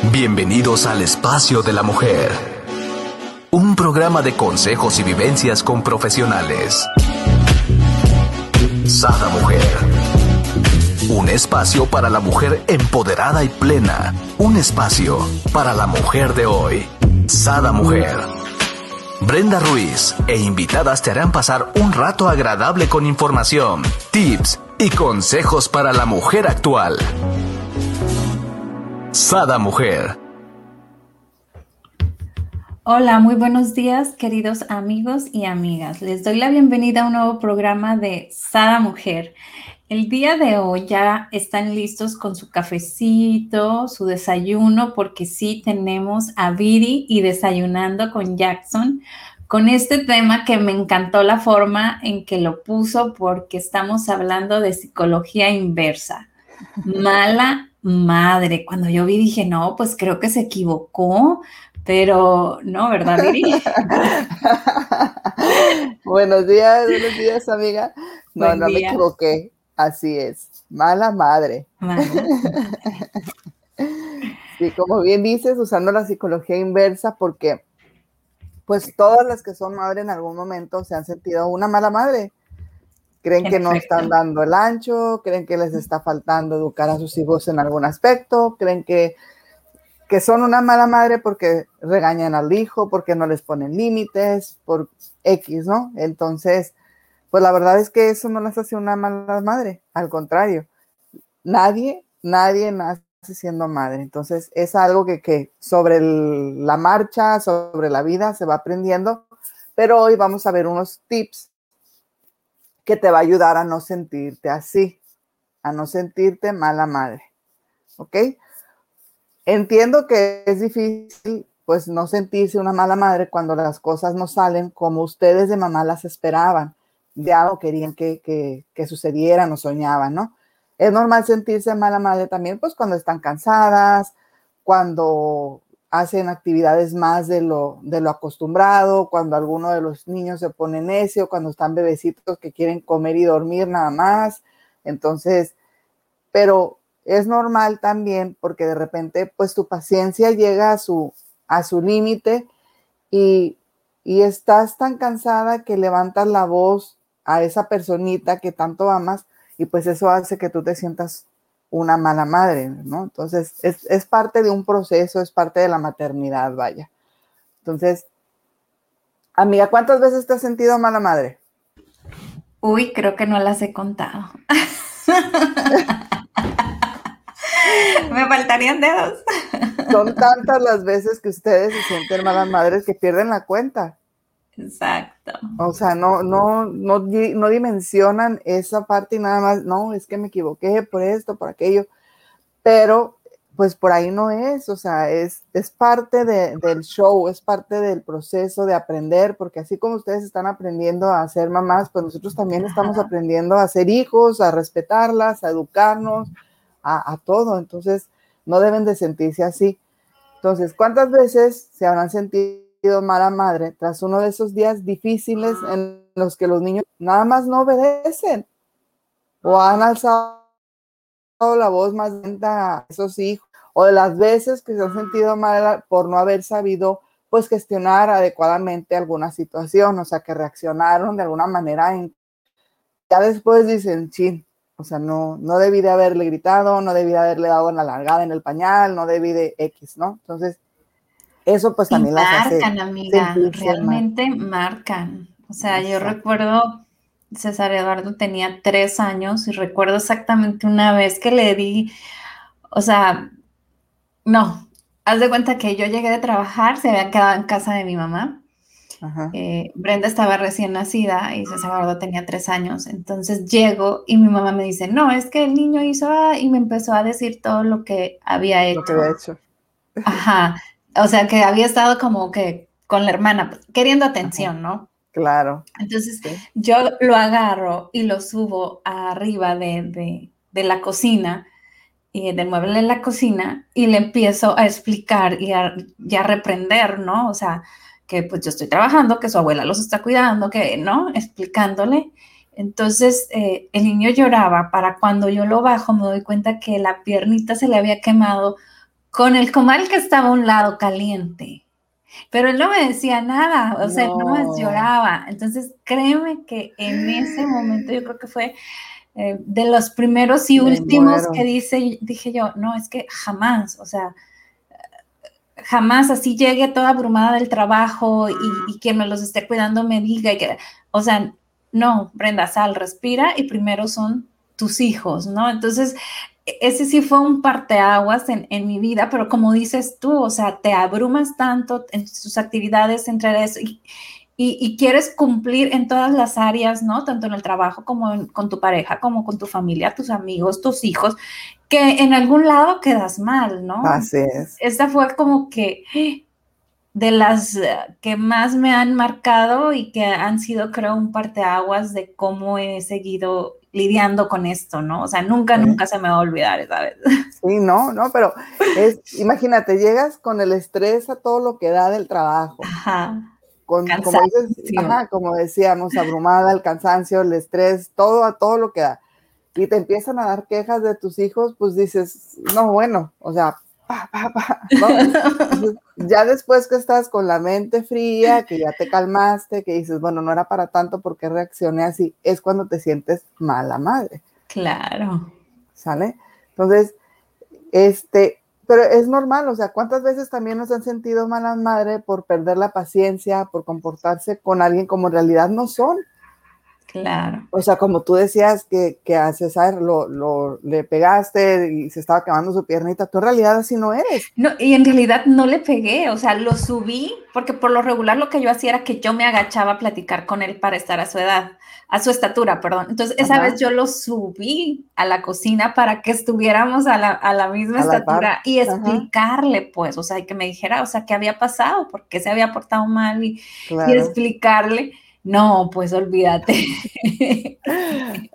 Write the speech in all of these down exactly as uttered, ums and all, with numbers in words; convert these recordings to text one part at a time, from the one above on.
Bienvenidos al Espacio de la Mujer, un programa de consejos y vivencias con profesionales. Sada Mujer, un espacio para la mujer empoderada y plena, un espacio para la mujer de hoy. Sada Mujer. Brenda Ruiz e invitadas te harán pasar un rato agradable con información, tips y consejos para la mujer actual. Sada Mujer. Hola, muy buenos días, queridos amigos y amigas. Les doy la bienvenida a un nuevo programa de Sada Mujer. El día de hoy ya están listos con su cafecito, su desayuno, porque sí tenemos a Viri y Desayunando con Jackson, con este tema que me encantó la forma en que lo puso, porque estamos hablando de psicología inversa. Mala madre. Cuando yo vi dije, no, pues creo que se equivocó, pero no, ¿verdad, Viri? Buenos días, buenos días, amiga. No, Buen no me día. equivoqué. Así es. Mala madre. Mala madre. Sí, como bien dices, usando la psicología inversa, porque pues todas las que son madre en algún momento se han sentido una mala madre. Creen que no Perfecto. están dando el ancho, creen que les está faltando educar a sus hijos en algún aspecto, creen que, que son una mala madre porque regañan al hijo, porque no les ponen límites, por X, ¿no? Entonces, pues la verdad es que eso no las hace una mala madre, al contrario. Nadie, nadie nace siendo madre. Entonces, es algo que, que sobre el, la marcha, sobre la vida, se va aprendiendo, pero hoy vamos a ver unos tips que te va a ayudar a no sentirte así, a no sentirte mala madre, ¿ok? Entiendo que es difícil, pues, no sentirse una mala madre cuando las cosas no salen como ustedes de mamá las esperaban, ya o querían que, que, que sucedieran o soñaban, ¿no? Es normal sentirse mala madre también, pues, cuando están cansadas, cuando hacen actividades más de lo, de lo acostumbrado, cuando alguno de los niños se pone necio, cuando están bebecitos que quieren comer y dormir nada más. Entonces, pero es normal también porque de repente pues tu paciencia llega a su, a su límite y, y estás tan cansada que levantas la voz a esa personita que tanto amas y pues eso hace que tú te sientas una mala madre, ¿no? Entonces, es, es parte de un proceso, es parte de la maternidad, vaya. Entonces, amiga, ¿cuántas veces te has sentido mala madre? Uy, creo que no las he contado. Me faltarían dedos. Son tantas las veces que ustedes se sienten malas madres que pierden la cuenta. Exacto. O sea, no, no, no, no dimensionan esa parte y nada más, no, es que me equivoqué por esto, por aquello, pero pues por ahí no es, o sea, es, es parte de, del show, es parte del proceso de aprender, porque así como ustedes están aprendiendo a ser mamás, pues nosotros también estamos Ajá. aprendiendo a ser hijos, a respetarlas, a educarnos, a, a todo, entonces no deben de sentirse así. Entonces, ¿cuántas veces se habrán sentido mala madre tras uno de esos días difíciles en los que los niños nada más no obedecen o han alzado la voz más lenta a esos hijos, o de las veces que se han sentido mal por no haber sabido pues gestionar adecuadamente alguna situación, o sea, que reaccionaron de alguna manera en, ya después dicen, chin, o sea, no, no debí de haberle gritado, no debí de haberle dado una largada en el pañal, no debí de X, ¿no? Entonces, eso pues Y también las hace marcan, amiga, sentirse mal. realmente marcan. O sea, yo Exacto. recuerdo, César Eduardo tenía tres años y recuerdo exactamente una vez que le di, o sea, no, haz de cuenta que yo llegué de trabajar, se había quedado en casa de mi mamá. Ajá. Eh, Brenda estaba recién nacida y César Eduardo tenía tres años. Entonces llego y mi mamá me dice, no, es que el niño hizo A, y me empezó a decir todo lo que había Lo que hecho. había hecho. Ajá, o sea, que había estado como que con la hermana, pues, queriendo Ajá. atención, ¿no? Claro. Entonces Sí. yo lo agarro y lo subo arriba de, de, de la cocina, y del mueble de la cocina, y le empiezo a explicar y a, y a reprender, ¿no? O sea, que pues yo estoy trabajando, que su abuela los está cuidando, que, ¿no? Explicándole. Entonces eh, el niño lloraba. Para cuando yo lo bajo me doy cuenta que la piernita se le había quemado con el comal que estaba a un lado caliente. Pero él no me decía nada, o sea, él no me lloraba. Entonces, créeme que en ese momento yo creo que fue eh, de los primeros y Me últimos muero. que dice, dije yo, no, es que jamás, o sea, jamás así llegue toda abrumada del trabajo y, y quien me los esté cuidando me diga, y que, o sea, no, Brenda, sal, respira y primero son tus hijos, ¿no? Entonces, ese sí fue un parteaguas en, en mi vida, pero como dices tú, o sea, te abrumas tanto en tus actividades entre eso y, y, y quieres cumplir en todas las áreas, ¿no? Tanto en el trabajo como en, con tu pareja, como con tu familia, tus amigos, tus hijos, que en algún lado quedas mal, ¿no? Así es. Esta fue como que de las que más me han marcado y que han sido, creo, un parteaguas de cómo he seguido lidiando con esto, ¿no? O sea, nunca, sí. nunca se me va a olvidar esa vez. Sí, no, no, pero es, imagínate, llegas con el estrés a todo lo que da del trabajo. Ajá. Con, como dices, ajá, como decíamos, abrumada, el cansancio, el estrés, todo a todo lo que da. Y te empiezan a dar quejas de tus hijos, pues dices, no, bueno, o sea, pa, pa, pa, ¿no? Entonces, ya después que estás con la mente fría, que ya te calmaste, que dices, bueno, no era para tanto, ¿por qué reaccioné así? Es cuando te sientes mala madre. Claro. ¿Sale? Entonces, este, pero es normal, o sea, ¿cuántas veces también nos han sentido mala madre por perder la paciencia, por comportarse con alguien como en realidad no son? Claro. O sea, como tú decías que, que a César lo, lo, le pegaste y se estaba quemando su piernita, tú en realidad así no eres. No, y en realidad no le pegué, o sea, lo subí, porque por lo regular lo que yo hacía era que yo me agachaba a platicar con él para estar a su edad, a su estatura, perdón. Entonces, esa Ajá. vez yo lo subí a la cocina para que estuviéramos a la, a la misma a estatura la y explicarle, Ajá. pues, o sea, y que me dijera, o sea, qué había pasado, por qué se había portado mal y, claro. y explicarle. No, pues olvídate. Ay,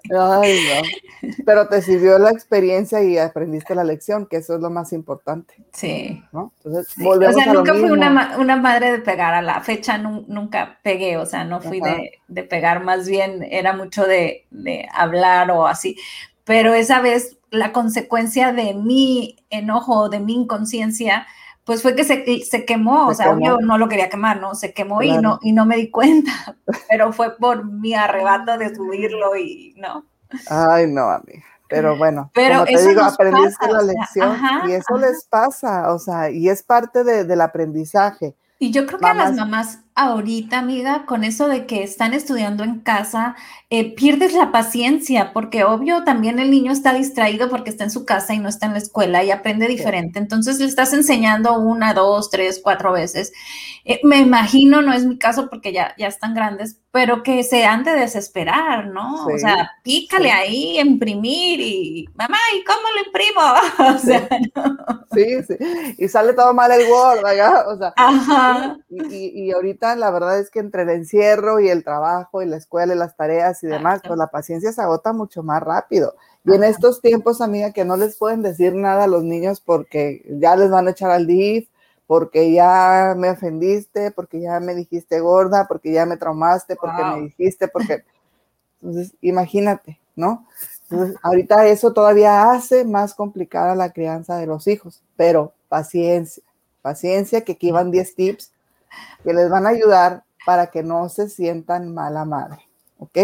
no. Pero te sirvió la experiencia y aprendiste la lección, que eso es lo más importante. Sí. ¿No? Entonces, sí. volvemos o sea, a nunca lo fui mismo. una, una madre de pegar, a la fecha nu, nunca pegué, o sea, no fui de, de pegar, más bien era mucho de, de hablar o así. Pero esa vez la consecuencia de mi enojo, de mi inconsciencia, pues fue que se, se quemó, se o sea, quemó. Obvio no lo quería quemar, ¿no? Se quemó claro. y, no, y no me di cuenta, pero fue por mi arrebato de subirlo y, ¿no? Ay, no, amiga. Pero bueno, pero como te digo, aprendiste pasa, la o sea, lección ajá, y eso ajá. les pasa, o sea, y es parte de, del aprendizaje. Y yo creo que mamás, a las mamás ahorita, amiga, con eso de que están estudiando en casa, eh, pierdes la paciencia, porque obvio también el niño está distraído porque está en su casa y no está en la escuela y aprende diferente. Entonces le estás enseñando una, dos, tres, cuatro veces. Eh, me imagino, no es mi caso porque ya, ya están grandes, pero que se han de desesperar, ¿no? Sí, o sea, pícale sí. ahí, imprimir y, mamá, ¿y cómo lo imprimo? O sea, sí. ¿no? Sí, sí, y sale todo mal el Word, ¿verdad? O sea, Ajá. Sí, y, y ahorita la verdad es que entre el encierro y el trabajo y la escuela y las tareas y demás, Exacto. pues la paciencia se agota mucho más rápido. Y Ajá. en estos tiempos, amiga, que no les pueden decir nada a los niños porque ya les van a echar al D I F, porque ya me ofendiste, porque ya me dijiste gorda, porque ya me traumaste, porque wow. me dijiste, porque... Entonces, imagínate, ¿no? Entonces, ahorita eso todavía hace más complicada la crianza de los hijos, pero paciencia, paciencia, que aquí van diez tips que les van a ayudar para que no se sientan mala madre, ¿ok?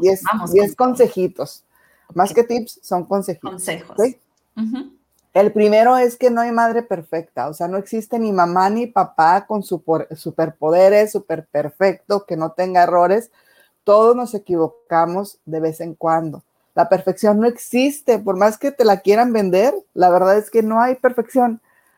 diez consejitos, okay. Más que tips, son consejitos. Consejos. ¿Okay? Uh-huh. El primero es que no hay madre perfecta, o sea, no existe ni mamá ni papá con super, superpoderes, super perfecto, que no tenga errores. Todos nos equivocamos de vez en cuando. La perfección no existe, por más que te la quieran vender, la verdad es que no hay perfección.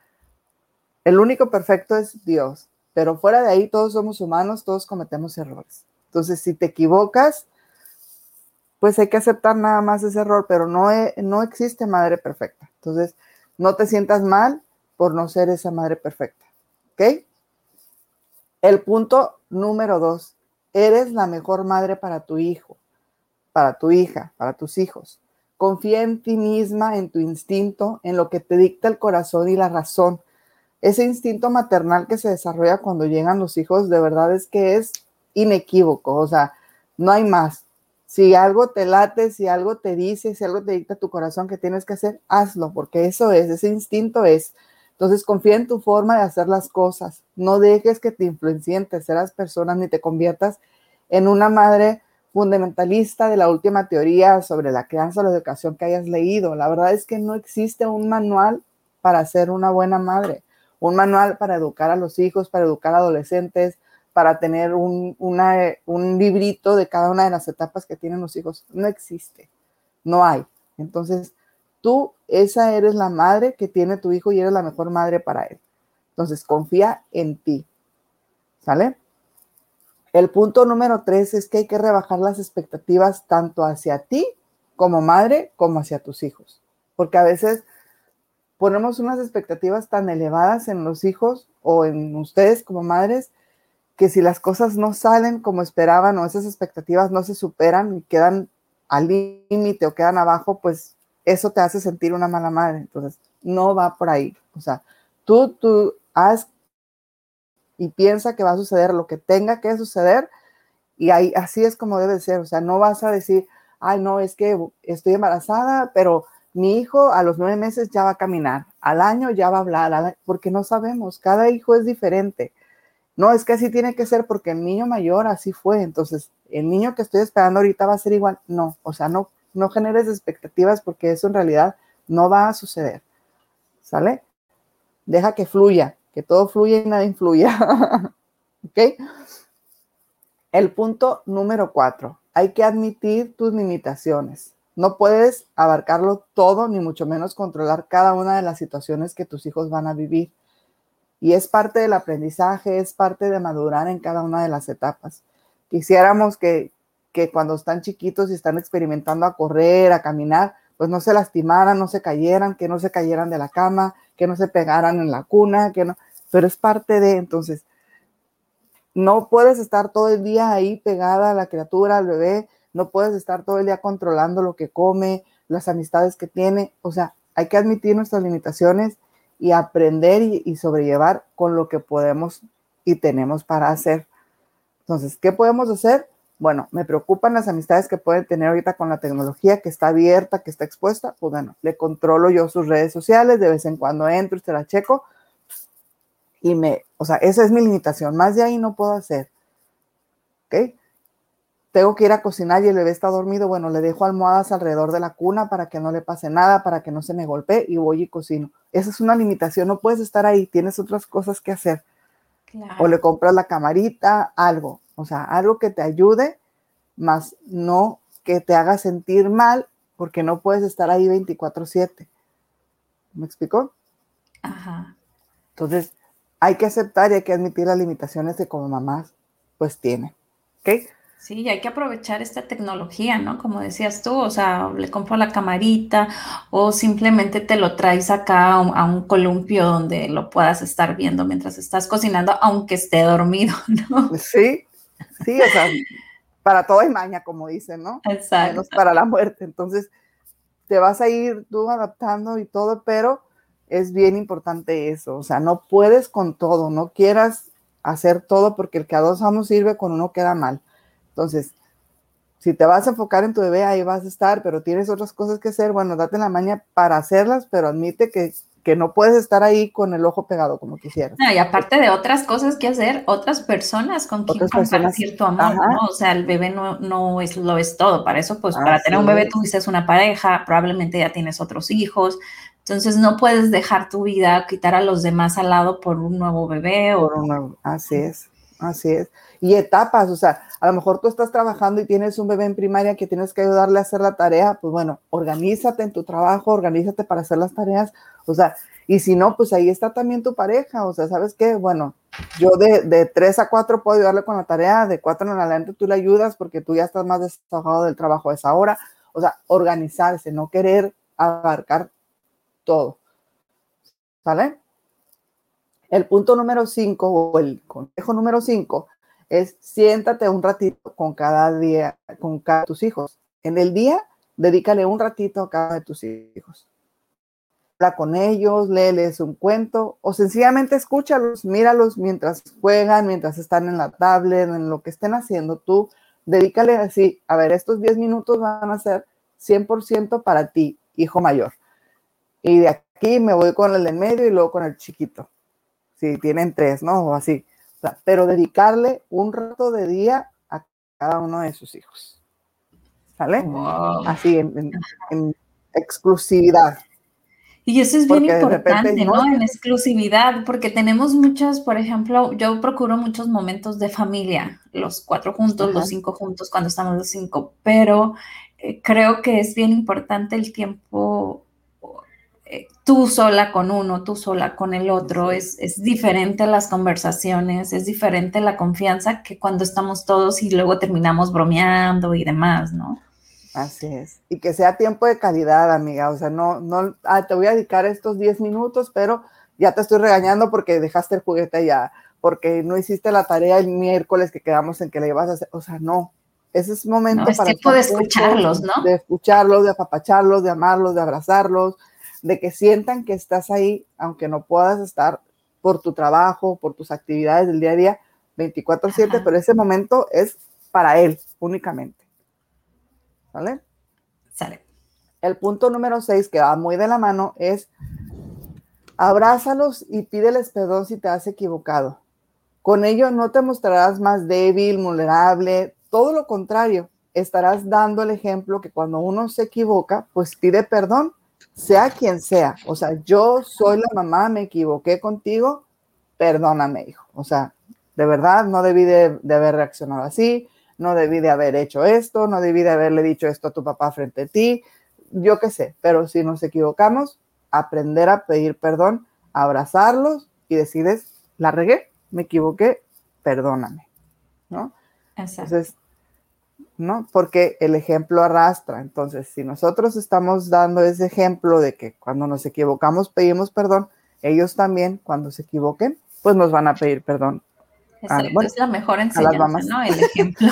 El único perfecto es Dios, pero fuera de ahí todos somos humanos, todos cometemos errores. Entonces, si te equivocas, pues hay que aceptar nada más ese error, pero no, he, no existe madre perfecta. Entonces, no te sientas mal por no ser esa madre perfecta, ¿ok? El punto número dos. Eres la mejor madre para tu hijo, para tu hija, para tus hijos. Confía en ti misma, en tu instinto, en lo que te dicta el corazón y la razón. Ese instinto maternal que se desarrolla cuando llegan los hijos, de verdad es que es inequívoco, o sea, no hay más. Si algo te late, si algo te dice, si algo te dicta tu corazón que tienes que hacer, hazlo, porque eso es, ese instinto es. Entonces, confía en tu forma de hacer las cosas. No dejes que te influencien terceras personas ni te conviertas en una madre fundamentalista de la última teoría sobre la crianza o la educación que hayas leído. La verdad es que no existe un manual para ser una buena madre, un manual para educar a los hijos, para educar a adolescentes, para tener un, una, un librito de cada una de las etapas que tienen los hijos. No existe, no hay. Entonces, tú, esa eres la madre que tiene tu hijo y eres la mejor madre para él. Entonces, confía en ti, ¿sale? El punto número tres es que hay que rebajar las expectativas tanto hacia ti como madre como hacia tus hijos. Porque a veces ponemos unas expectativas tan elevadas en los hijos o en ustedes como madres que si las cosas no salen como esperaban o esas expectativas no se superan y quedan al límite o quedan abajo, pues eso te hace sentir una mala madre. Entonces, no va por ahí. O sea, tú, tú haz y piensa que va a suceder lo que tenga que suceder y ahí, así es como debe ser. O sea, no vas a decir, ay, no, es que estoy embarazada, pero mi hijo a los nueve meses ya va a caminar, al año ya va a hablar, porque no sabemos, cada hijo es diferente. No, es que así tiene que ser porque el niño mayor así fue, entonces el niño que estoy esperando ahorita va a ser igual. No, o sea, no, no generes expectativas porque eso en realidad no va a suceder, ¿sale? Deja que fluya, que todo fluya y nada influya, ¿ok? El punto número cuatro, hay que admitir tus limitaciones. No puedes abarcarlo todo, ni mucho menos controlar cada una de las situaciones que tus hijos van a vivir. Y es parte del aprendizaje, es parte de madurar en cada una de las etapas. Quisiéramos que, que cuando están chiquitos y están experimentando a correr, a caminar, pues no se lastimaran, no se cayeran, que no se cayeran de la cama, que no se pegaran en la cuna, que no, pero es parte de, entonces, no puedes estar todo el día ahí pegada a la criatura, al bebé, no puedes estar todo el día controlando lo que come, las amistades que tiene, o sea, hay que admitir nuestras limitaciones y aprender y, y sobrellevar con lo que podemos y tenemos para hacer. Entonces, ¿qué podemos hacer? Bueno, me preocupan las amistades que pueden tener ahorita con la tecnología que está abierta, que está expuesta. Pues bueno, le controlo yo sus redes sociales, de vez en cuando entro y se la checo y me, o sea, esa es mi limitación. Más de ahí no puedo hacer. ¿Ok? Tengo que ir a cocinar y el bebé está dormido, bueno, le dejo almohadas alrededor de la cuna para que no le pase nada, para que no se me golpee y voy y cocino. Esa es una limitación, no puedes estar ahí, tienes otras cosas que hacer. Claro. O le compras la camarita, algo, o sea, algo que te ayude, más no que te haga sentir mal porque no puedes estar ahí veinticuatro siete. ¿Me explicó? Ajá. Entonces, hay que aceptar y hay que admitir las limitaciones que como mamás pues tiene. ¿Ok? Sí, hay que aprovechar esta tecnología, ¿no? Como decías tú, o sea, le compro la camarita o simplemente te lo traes acá a un, a un columpio donde lo puedas estar viendo mientras estás cocinando, aunque esté dormido, ¿no? Sí, sí, o sea, para todo hay maña, como dicen, ¿no? Exacto. Menos para la muerte. Entonces, te vas a ir tú adaptando y todo, pero es bien importante eso. O sea, no puedes con todo, no quieras hacer todo porque el que a dos amos sirve, con uno queda mal. Entonces, si te vas a enfocar en tu bebé, ahí vas a estar, pero tienes otras cosas que hacer, bueno, date la maña para hacerlas, pero admite que, que no puedes estar ahí con el ojo pegado como quisieras. No, y aparte de otras cosas que hacer, otras personas con quien Otras personas, compartir tu amor, ajá, ¿no? O sea, el bebé no, no es, lo es todo. Para eso, pues, para así tener un bebé es. tuviste una pareja, probablemente ya tienes otros hijos. Entonces, no puedes dejar tu vida, quitar a los demás al lado por un nuevo bebé o... Por una, así es, así es. Y etapas, o sea, a lo mejor tú estás trabajando y tienes un bebé en primaria que tienes que ayudarle a hacer la tarea, pues bueno, organízate en tu trabajo, organízate para hacer las tareas, o sea, y si no, pues ahí está también tu pareja, o sea, ¿sabes qué? Bueno, yo de, de tres a cuatro puedo ayudarle con la tarea, de cuatro en adelante tú le ayudas porque tú ya estás más desahogado del trabajo a esa hora, o sea, organizarse, no querer abarcar todo, ¿vale? El punto número cinco o el consejo número cinco es siéntate un ratito con cada día, con cada de tus hijos. En el día, dedícale un ratito a cada de tus hijos. Habla con ellos, léeles un cuento o sencillamente escúchalos, míralos mientras juegan, mientras están en la tablet, en lo que estén haciendo. Tú dedícale así, a ver, estos diez minutos van a ser cien por ciento para ti, hijo mayor. Y de aquí aquí me voy con el en medio y luego con el chiquito. Si tienen tres, ¿no? O así. O sea, pero dedicarle un rato de día a cada uno de sus hijos. ¿Sale? Wow. Así, en, en, en exclusividad. Y eso es bien Porque de repente, importante, no, ¿no? En exclusividad, porque tenemos muchas, por ejemplo, yo procuro muchos momentos de familia, los cuatro juntos, ajá, los cinco juntos, cuando estamos los cinco, pero eh, creo que es bien importante el tiempo eh, tú sola con uno, tú sola con el otro, sí. es, es diferente las conversaciones, es diferente la confianza que cuando estamos todos y luego terminamos bromeando y demás, ¿no? Así es. Y que sea tiempo de calidad, amiga. O sea, no, no, ah, te voy a dedicar estos diez minutos, pero ya te estoy regañando porque dejaste el juguete allá, porque no hiciste la tarea el miércoles que quedamos en que la ibas a hacer. O sea, no. Ese es No, momento es para tiempo de estar juntos, escucharlos, ¿no? de escucharlos, de apapacharlos, de amarlos, de abrazarlos, de que sientan que estás ahí, aunque no puedas estar por tu trabajo, por tus actividades del día a día, veinticuatro siete, pero ese momento es para él únicamente. ¿Vale? Sale. El punto número seis, que va muy de la mano, es abrázalos y pídeles perdón si te has equivocado. Con ello no te mostrarás más débil, vulnerable, todo lo contrario, estarás dando el ejemplo que cuando uno se equivoca, pues pide perdón, sea quien sea. O sea, yo soy la mamá, me equivoqué contigo, perdóname, hijo. O sea, de verdad no debí de, de haber reaccionado así, no debí de haber hecho esto, no debí de haberle dicho esto a tu papá frente a ti, yo qué sé, pero si nos equivocamos, aprender a pedir perdón, abrazarlos y decirles, la regué, me equivoqué, perdóname, ¿no? Exacto. Entonces, ¿no? Porque el ejemplo arrastra. Entonces, si nosotros estamos dando ese ejemplo de que cuando nos equivocamos pedimos perdón, ellos también, cuando se equivoquen, pues nos van a pedir perdón. Exacto, A, bueno, es la mejor a las enseñanza, mamás. ¿no? El ejemplo.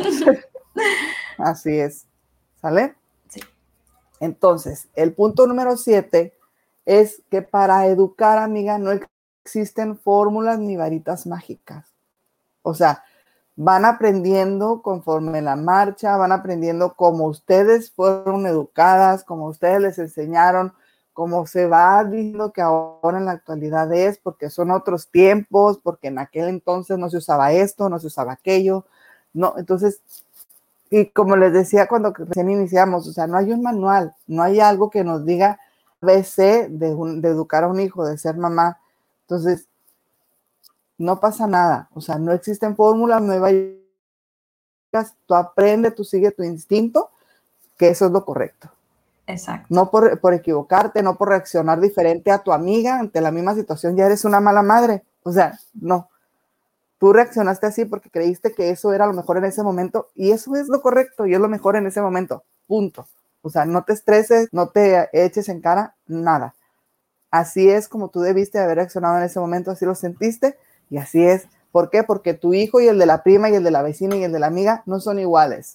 Así es. ¿Sale? Sí. Entonces, el punto número siete es que para educar, amiga, no existen fórmulas ni varitas mágicas. O sea, van aprendiendo conforme la marcha, van aprendiendo como ustedes fueron educadas, como ustedes les enseñaron, como se va viendo que ahora en la actualidad es, porque son otros tiempos, porque en aquel entonces no se usaba esto, no se usaba aquello, no, entonces, y como les decía cuando recién iniciamos, o sea, no hay un manual, no hay algo que nos diga A B C de, un, de educar a un hijo, de ser mamá, entonces, no pasa nada, o sea, no existen fórmulas, no hay varias, tú aprende, tú sigue tu instinto, que eso es lo correcto. Exacto. No por, por equivocarte, no por reaccionar diferente a tu amiga ante la misma situación, ya eres una mala madre. O sea, no. Tú reaccionaste así porque creíste que eso era lo mejor en ese momento y eso es lo correcto y es lo mejor en ese momento. Punto. O sea, no te estreses, no te eches en cara, nada. Así es como tú debiste haber reaccionado en ese momento, así lo sentiste y así es. ¿Por qué? Porque tu hijo y el de la prima y el de la vecina y el de la amiga no son iguales.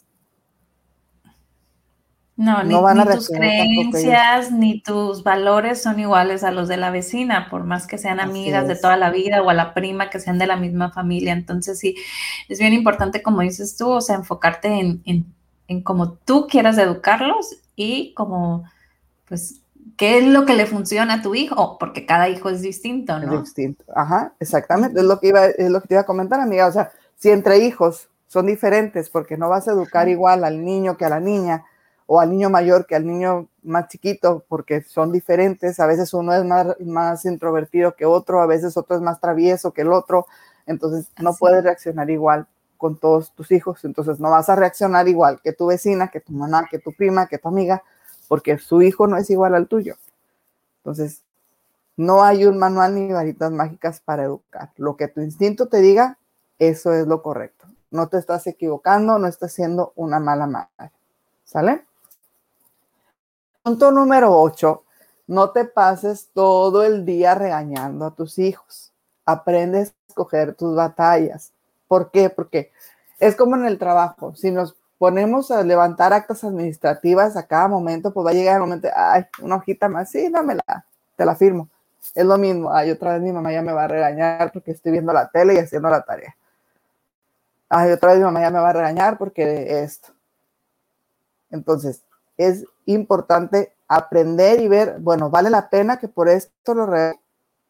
No, No ni, van a ni tus reaccionar tampoco ellos. creencias ni tus valores son iguales a los de la vecina, por más que sean Así amigas de es. toda la vida o a la prima que sean de la misma familia. Entonces sí, es bien importante, como dices tú, o sea, enfocarte en, en, en cómo tú quieras educarlos y como, pues, qué es lo que le funciona a tu hijo, porque cada hijo es distinto, Es ¿no? distinto. Ajá, exactamente. Es Ujú. lo que iba, es lo que te iba a comentar, amiga. O sea, si entre hijos son diferentes, porque no vas a educar igual al niño que a la niña, o al niño mayor que al niño más chiquito, porque son diferentes. A veces uno es más, más introvertido que otro, a veces otro es más travieso que el otro. Entonces, no Así puedes es. reaccionar igual con todos tus hijos. Entonces, no vas a reaccionar igual que tu vecina, que tu mamá, que tu prima, que tu amiga, porque su hijo no es igual al tuyo. Entonces, no hay un manual ni varitas mágicas para educar. Lo que tu instinto te diga, eso es lo correcto. No te estás equivocando, no estás siendo una mala madre. ¿Sale? Punto número ocho. No te pases todo el día regañando a tus hijos. Aprende a escoger tus batallas. ¿Por qué? Porque es como en el trabajo. Si nos ponemos a levantar actas administrativas a cada momento, pues va a llegar el momento, ay, una hojita más, sí, dámela, te la firmo. Es lo mismo, ay, otra vez mi mamá ya me va a regañar porque estoy viendo la tele y haciendo la tarea. Ay, otra vez mi mamá ya me va a regañar porque esto. Entonces, es importante aprender y ver, bueno, ¿vale la pena que por esto lo regañe?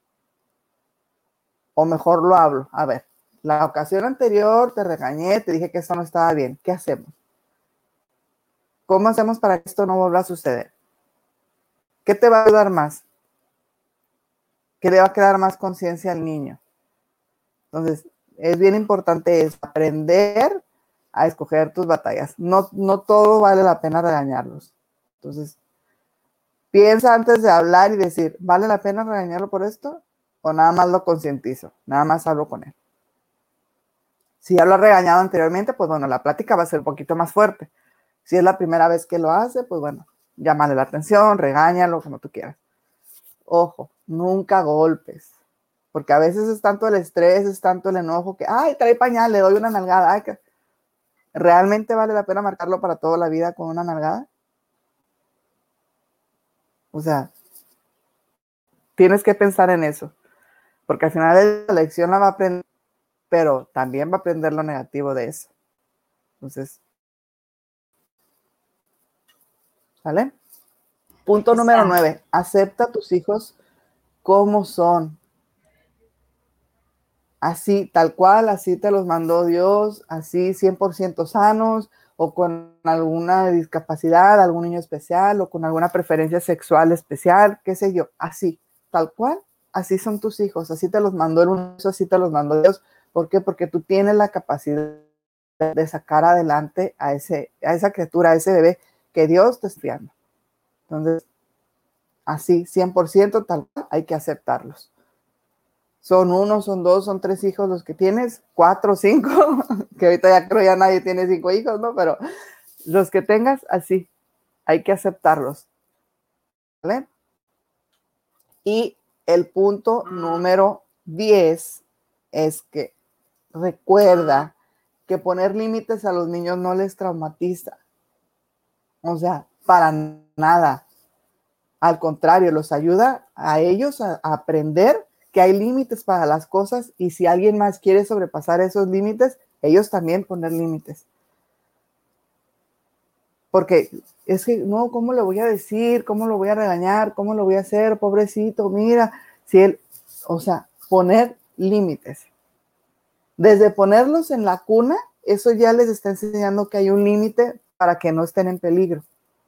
O mejor lo hablo. A ver, la ocasión anterior te regañé, te dije que eso no estaba bien. ¿Qué hacemos? ¿Cómo hacemos para que esto no vuelva a suceder? ¿Qué te va a ayudar más? ¿Qué le va a quedar más conciencia al niño? Entonces, es bien importante es aprender a escoger tus batallas. No, no todo vale la pena regañarlos. Entonces, piensa antes de hablar y decir, ¿vale la pena regañarlo por esto? O nada más lo concientizo, nada más hablo con él. Si ya lo ha regañado anteriormente, pues bueno, la plática va a ser un poquito más fuerte. Si es la primera vez que lo hace, pues bueno, llámale la atención, regáñalo, como tú quieras. Ojo, nunca golpes, porque a veces es tanto el estrés, es tanto el enojo que, ay, trae pañal, le doy una nalgada. Ay, que... ¿Realmente vale la pena marcarlo para toda la vida con una nalgada? O sea, tienes que pensar en eso, porque al final la lección la va a aprender, pero también va a aprender lo negativo de eso. Entonces, ¿vale? Punto número nueve, acepta a tus hijos como son. Así, tal cual, así te los mandó Dios, así cien por ciento sanos, o con alguna discapacidad, algún niño especial, o con alguna preferencia sexual especial, qué sé yo, así, tal cual, así son tus hijos, así te los mandó el universo, así te los mandó Dios. ¿Por qué? Porque tú tienes la capacidad de sacar adelante a, ese, a esa criatura, a ese bebé que Dios te está enviando. Entonces, así, cien por ciento tal cual, hay que aceptarlos. Son uno, son dos, son tres hijos los que tienes, cuatro, cinco, que ahorita ya creo ya nadie tiene cinco hijos, ¿no? Pero los que tengas, así, hay que aceptarlos, ¿vale? Y el punto número diez es que recuerda que poner límites a los niños no les traumatiza. O sea, para nada. Al contrario, los ayuda a ellos a, a aprender que hay límites para las cosas y si alguien más quiere sobrepasar esos límites, ellos también poner límites. Porque es que, no, ¿cómo le voy a decir? ¿Cómo lo voy a regañar? ¿Cómo lo voy a hacer? Pobrecito, mira. Si él, o sea, poner límites. Desde ponerlos en la cuna, eso ya les está enseñando que hay un límite para que no estén en peligro.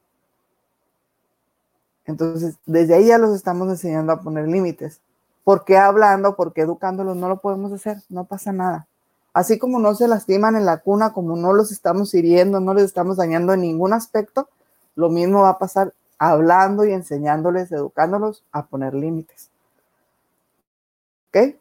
Entonces, desde ahí ya los estamos enseñando a poner límites. ¿Por qué hablando, por qué educándolos no lo podemos hacer? No pasa nada. Así como no se lastiman en la cuna, como no los estamos hiriendo, no les estamos dañando en ningún aspecto, lo mismo va a pasar hablando y enseñándoles, educándolos a poner límites. ¿Ok?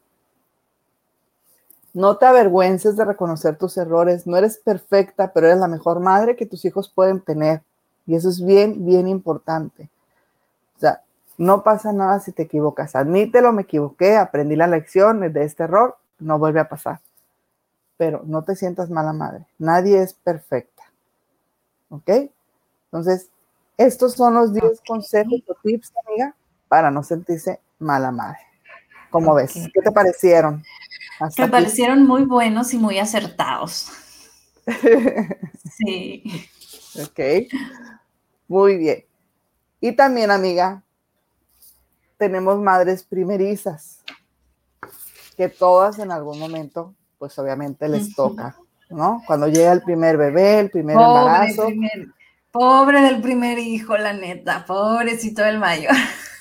No te avergüences de reconocer tus errores. No eres perfecta, pero eres la mejor madre que tus hijos pueden tener. Y eso es bien, bien importante. O sea, no pasa nada si te equivocas. Admítelo, me equivoqué, aprendí la lección de este error, no vuelve a pasar. Pero no te sientas mala madre. Nadie es perfecta. ¿Ok? Entonces, estos son los diez consejos o tips, amiga, para no sentirse mala madre. ¿Cómo okay. ves? ¿Qué te parecieron? Hasta Me aquí. parecieron muy buenos y muy acertados. Sí. Ok. Muy bien. Y también, amiga, tenemos madres primerizas, que todas en algún momento, pues obviamente les toca, ¿no? Cuando llega el primer bebé, el primer pobre embarazo. Primer, pobre del primer hijo, la neta, pobrecito del mayor.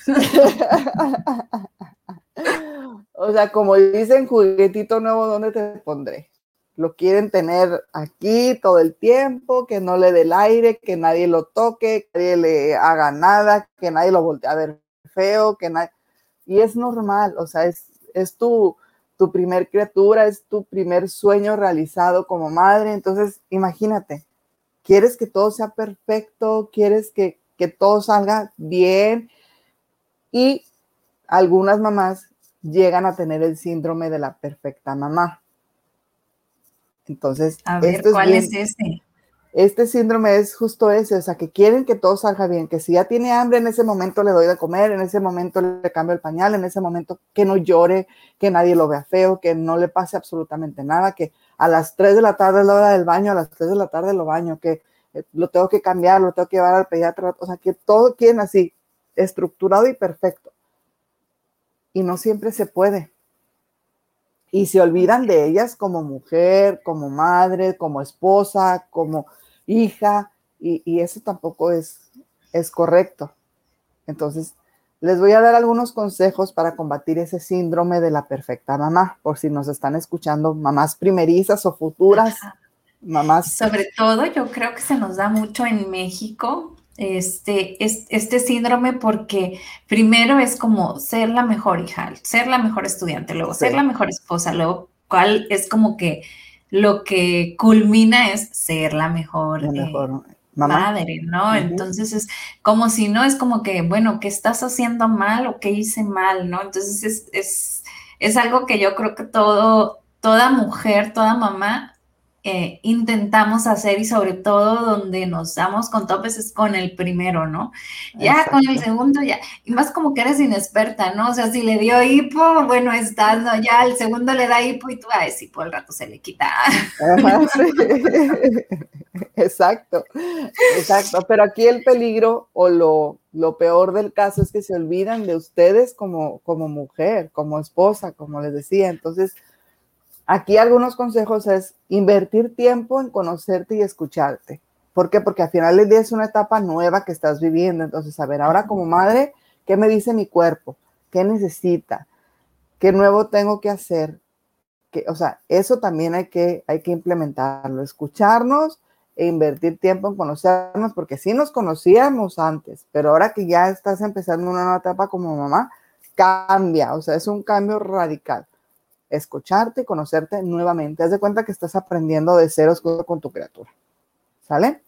O sea, como dicen, juguetito nuevo, ¿dónde te pondré? Lo quieren tener aquí todo el tiempo, que no le dé el aire, que nadie lo toque, que nadie le haga nada, que nadie lo voltee a ver feo, que nadie... Y es normal, o sea, es, es tu, tu primer criatura, es tu primer sueño realizado como madre. Entonces, imagínate, quieres que todo sea perfecto, quieres que, que todo salga bien, y algunas mamás llegan a tener el síndrome de la perfecta mamá. Entonces, a ver, esto ¿cuál es, bien, es ese? Este síndrome es justo ese, o sea, que quieren que todo salga bien, que si ya tiene hambre, en ese momento le doy de comer, en ese momento le cambio el pañal, en ese momento que no llore, que nadie lo vea feo, que no le pase absolutamente nada, que a las tres de la tarde es la hora del baño, a las tres de la tarde lo baño, que lo tengo que cambiar, lo tengo que llevar al pediatra, o sea, que todo quieren así, estructurado y perfecto. Y no siempre se puede. Y se olvidan de ellas como mujer, como madre, como esposa, como hija, y, y eso tampoco es, es correcto. Entonces, les voy a dar algunos consejos para combatir ese síndrome de la perfecta mamá, por si nos están escuchando mamás primerizas o futuras Ajá. mamás. Sobre todo, yo creo que se nos da mucho en México este, es- este síndrome porque primero es como ser la mejor hija, ser la mejor estudiante, luego ser Sí, la mejor esposa, luego cuál es como que lo que culmina es ser la mejor la eh, mejor mamá. madre, ¿no? Uh-huh. Entonces es como si no es como que, bueno, ¿qué estás haciendo mal o qué hice mal, ¿no? Entonces es, es, es algo que yo creo que todo, toda mujer, toda mamá eh, intentamos hacer y sobre todo donde nos damos con topes es con el primero, ¿no? Ya con el Exacto. segundo ya, y más como que eres inexperta, ¿no? O sea, si le dio hipo, bueno, estás, ¿no? Ya el segundo le da hipo y tú, ay, sí, por el rato se le quita. Ajá, sí. Exacto, exacto. Pero aquí el peligro o lo, lo peor del caso es que se olvidan de ustedes como, como mujer, como esposa, como les decía. Entonces, aquí algunos consejos es invertir tiempo en conocerte y escucharte. ¿Por qué? Porque al final del día es una etapa nueva que estás viviendo. Entonces, a ver, ahora como madre, ¿qué me dice mi cuerpo? ¿Qué necesita? ¿Qué nuevo tengo que hacer? Que, o sea, eso también hay que, hay que implementarlo, escucharnos e invertir tiempo en conocernos, porque sí nos conocíamos antes, pero ahora que ya estás empezando una nueva etapa como mamá, cambia, o sea, es un cambio radical. Escucharte y conocerte nuevamente. Haz de cuenta que estás aprendiendo de ceros con tu criatura. ¿Sale?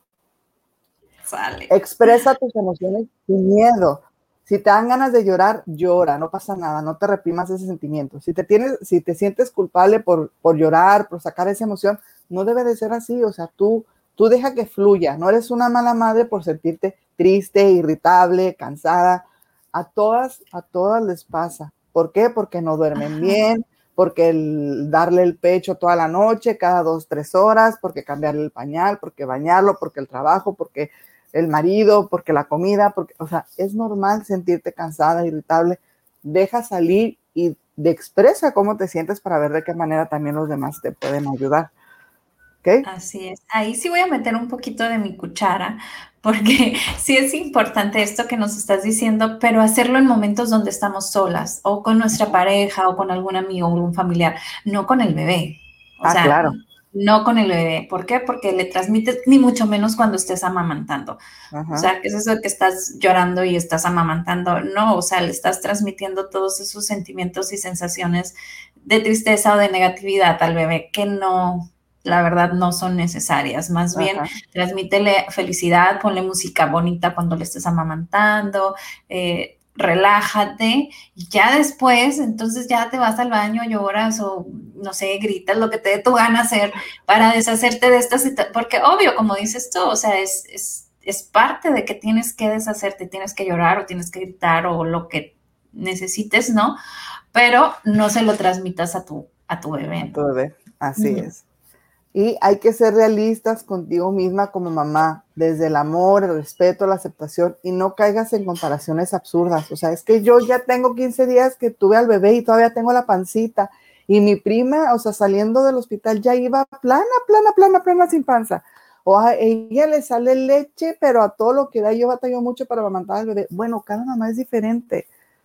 Sale. Expresa tus emociones sin miedo. Si te dan ganas de llorar, llora, no pasa nada, no te reprimas ese sentimiento. Si te, tienes, si te sientes culpable por, por llorar, por sacar esa emoción, no debe de ser así. O sea, tú, tú deja que fluya. No eres una mala madre por sentirte triste, irritable, cansada. A todas, a todas les pasa. ¿Por qué? Porque no duermen Ajá. bien, porque el darle el pecho toda la noche, cada dos, tres horas, porque cambiarle el pañal, porque bañarlo, porque el trabajo, porque el marido, porque la comida, porque, o sea, es normal sentirte cansada, irritable. Deja salir y de expresa cómo te sientes para ver de qué manera también los demás te pueden ayudar. ¿Ok? Así es. Ahí sí voy a meter un poquito de mi cuchara, porque sí es importante esto que nos estás diciendo, pero hacerlo en momentos donde estamos solas, o con nuestra pareja, o con algún amigo o algún familiar, no con el bebé. O Ah, sea, claro. no con el bebé. ¿Por qué? Porque le transmites, ni mucho menos cuando estés amamantando. O Ajá. sea, ¿qué es eso de que estás llorando y estás amamantando? No, o sea, le estás transmitiendo todos esos sentimientos y sensaciones de tristeza o de negatividad al bebé que no, la verdad, no son necesarias. Más bien, Ajá. transmítele felicidad, ponle música bonita cuando le estés amamantando, eh, relájate y ya después, entonces ya te vas al baño, lloras o no sé, gritas lo que te dé tu gana hacer para deshacerte de esta situación, porque obvio, como dices tú, o sea, es, es, es parte de que tienes que deshacerte, tienes que llorar o tienes que gritar o lo que necesites, ¿no? Pero no se lo transmitas a tu, a tu bebé, A tu ¿no? bebé. Así Mm. es. Y hay que ser realistas contigo misma como mamá, desde el amor, el respeto, la aceptación, y no caigas en comparaciones absurdas. O sea, es que yo ya tengo quince días que tuve al bebé y todavía tengo la pancita. Y mi prima, o sea, saliendo del hospital ya iba plana, plana, plana, plana, sin panza. O a ella le sale leche, pero a todo lo que da yo batallo mucho para amamantar al bebé. Bueno, cada mamá es diferente.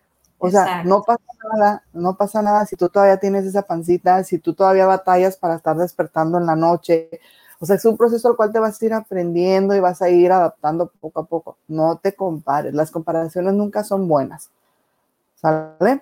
O sea, no Exacto. pasa nada, no pasa nada si tú todavía tienes esa pancita, si tú todavía batallas para estar despertando en la noche. O sea, es un proceso al cual te vas a ir aprendiendo y vas a ir adaptando poco a poco. No te compares, las comparaciones nunca son buenas. ¿Sale?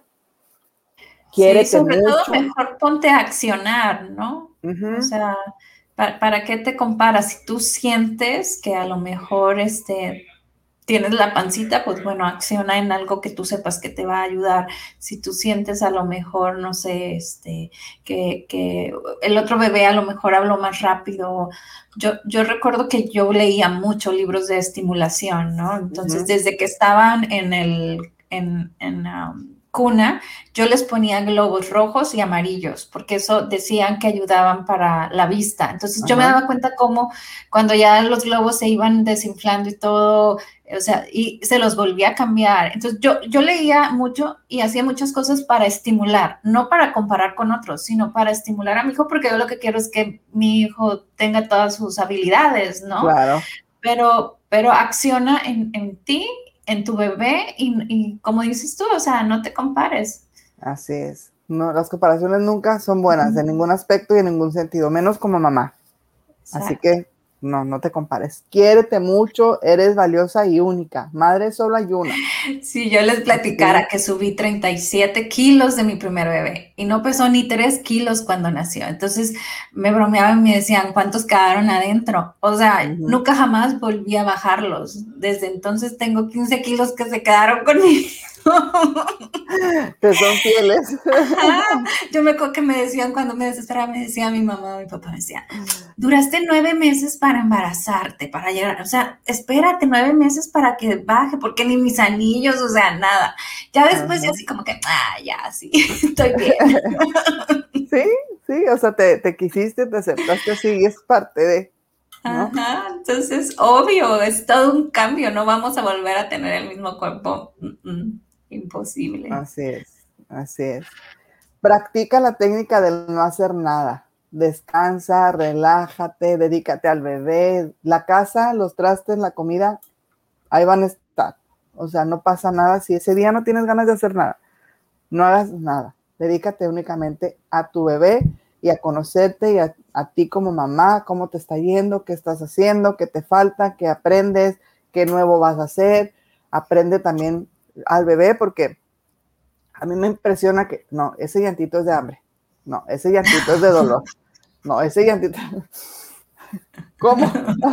Sí, Quiérete sobre todo mucho. mejor ponte a accionar, ¿no? O Uh-huh. sea, ¿para, para qué te comparas? Si tú sientes que a lo mejor este, tienes la pancita, pues bueno, acciona en algo que tú sepas que te va a ayudar. Si tú sientes a lo mejor, no sé, este, que, que el otro bebé a lo mejor habló más rápido. Yo, yo recuerdo que yo leía mucho libros de estimulación, ¿no? Entonces, Uh-huh. desde que estaban en el, en, en, um, cuna, yo les ponía globos rojos y amarillos, porque eso decían que ayudaban para la vista. Entonces Ajá. yo me daba cuenta cómo cuando ya los globos se iban desinflando y todo, o sea, y se los volvía a cambiar. Entonces yo, yo leía mucho y hacía muchas cosas para estimular, no para comparar con otros, sino para estimular a mi hijo, porque yo lo que quiero es que mi hijo tenga todas sus habilidades, ¿no? Claro. Pero, pero acciona en, en ti, en tu bebé y, y como dices tú, o sea, no te compares. Así es. No, las comparaciones nunca son buenas, uh-huh. en ningún aspecto y en ningún sentido, menos como mamá. Exacto. Así que no, no te compares. Quiérete mucho, eres valiosa y única. Madre sola y una. Si yo les platicara sí. que subí treinta y siete kilos de mi primer bebé y no pesó ni tres kilos cuando nació. Entonces me bromeaban y me decían, ¿cuántos quedaron adentro? O sea, uh-huh. nunca jamás volví a bajarlos. Desde entonces tengo quince kilos que se quedaron conmigo. Te son fieles. Ajá. Yo me acuerdo que me decían, cuando me desesperaba, me decía mi mamá, mi papá me decía, duraste nueve meses para embarazarte, para llegar, o sea, espérate nueve meses para que baje, porque ni mis anillos, o sea, nada. Ya después yo así como que, ah, ya, sí, estoy bien. Sí, sí, o sea, te, te quisiste, te aceptaste así y es parte de, ¿no? Ajá, entonces, obvio, es todo un cambio, no vamos a volver a tener el mismo cuerpo. Mm-mm. Imposible. Así es, así es. Practica la técnica del no hacer nada. Descansa, relájate, dedícate al bebé. La casa, los trastes, la comida, ahí van a estar. O sea, no pasa nada. Si ese día no tienes ganas de hacer nada, no hagas nada. Dedícate únicamente a tu bebé y a conocerte y a, a ti como mamá, cómo te está yendo, qué estás haciendo, qué te falta, qué aprendes, qué nuevo vas a hacer. Aprende también al bebé, porque a mí me impresiona que, no, ese llantito es de hambre, no, ese llantito es de dolor, no, ese llantito, ¿cómo?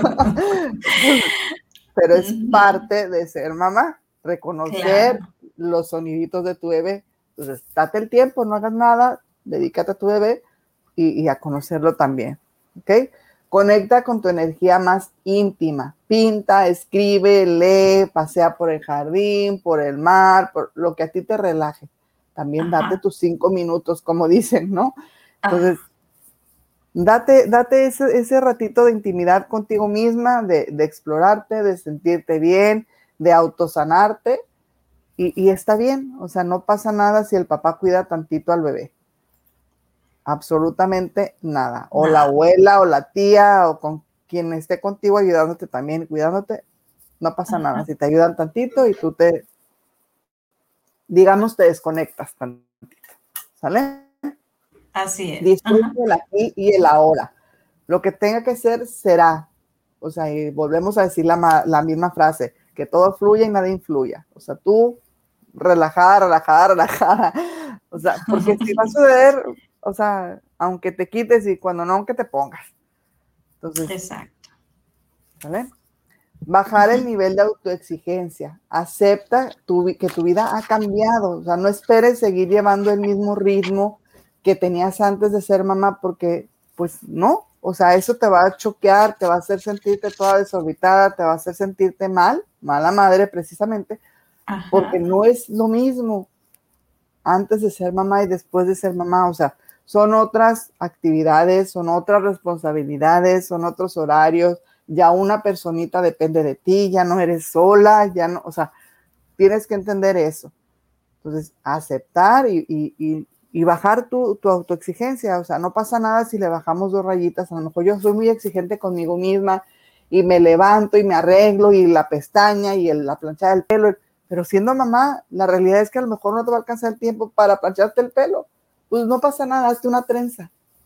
Pero es parte de ser mamá, reconocer claro. los soniditos de tu bebé. Entonces, date el tiempo, no hagas nada, dedícate a tu bebé y, y a conocerlo también, ¿ok? Conecta con tu energía más íntima. Pinta, escribe, lee, pasea por el jardín, por el mar, por lo que a ti te relaje. También Ajá. date tus cinco minutos, como dicen, ¿no? Entonces, Ajá. date, date ese, ese ratito de intimidad contigo misma, de, de explorarte, de sentirte bien, de autosanarte. Y, y está bien, o sea, no pasa nada si el papá cuida tantito al bebé. Absolutamente nada. O nada. La abuela o la tía o con quien esté contigo ayudándote también, cuidándote, no pasa Ajá. nada. Si te ayudan tantito y tú te, digamos, te desconectas tantito. ¿Sale? Así es. Disfruta el aquí y el ahora. Lo que tenga que ser, será. O sea, y volvemos a decir la, la misma frase, que todo fluya y nada influya. O sea, tú relajada, relajada, relajada. O sea, porque si va a suceder, o sea, aunque te quites y cuando no, aunque te pongas. Entonces, exacto. ¿vale? Bajar el nivel de autoexigencia. Acepta tu, que tu vida ha cambiado. O sea, no esperes seguir llevando el mismo ritmo que tenías antes de ser mamá, porque, pues, no. O sea, eso te va a choquear, te va a hacer sentirte toda desorbitada, te va a hacer sentirte mal, mala madre precisamente, Ajá. porque no es lo mismo antes de ser mamá y después de ser mamá. O sea, son otras actividades, son otras responsabilidades, son otros horarios. Ya una personita depende de ti, ya no eres sola, ya no, o sea, tienes que entender eso. Entonces, aceptar y, y, y, y bajar tu, tu autoexigencia. O sea, no pasa nada si le bajamos dos rayitas. A lo mejor yo soy muy exigente conmigo misma y me levanto y me arreglo y la pestaña y el, la planchada del pelo. Pero siendo mamá, la realidad es que a lo mejor no te va a alcanzar el tiempo para plancharte el pelo. Pues no pasa nada, hazte una trenza.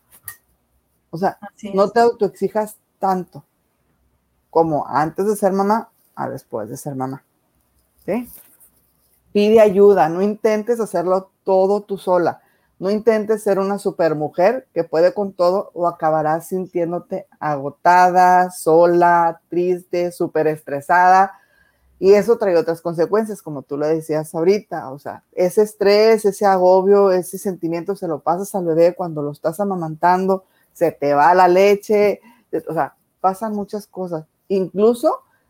O sea, no te autoexijas tanto como antes de ser mamá a después de ser mamá. ¿Sí? Pide ayuda, no intentes hacerlo todo tú sola. No intentes ser una supermujer que puede con todo o acabarás sintiéndote agotada, sola, triste, súper estresada. Y eso trae otras consecuencias, como tú lo decías ahorita. O sea, ese estrés, ese agobio, ese sentimiento se lo pasas al bebé cuando lo estás amamantando, se te va la leche, o sea, pasan muchas cosas. Incluso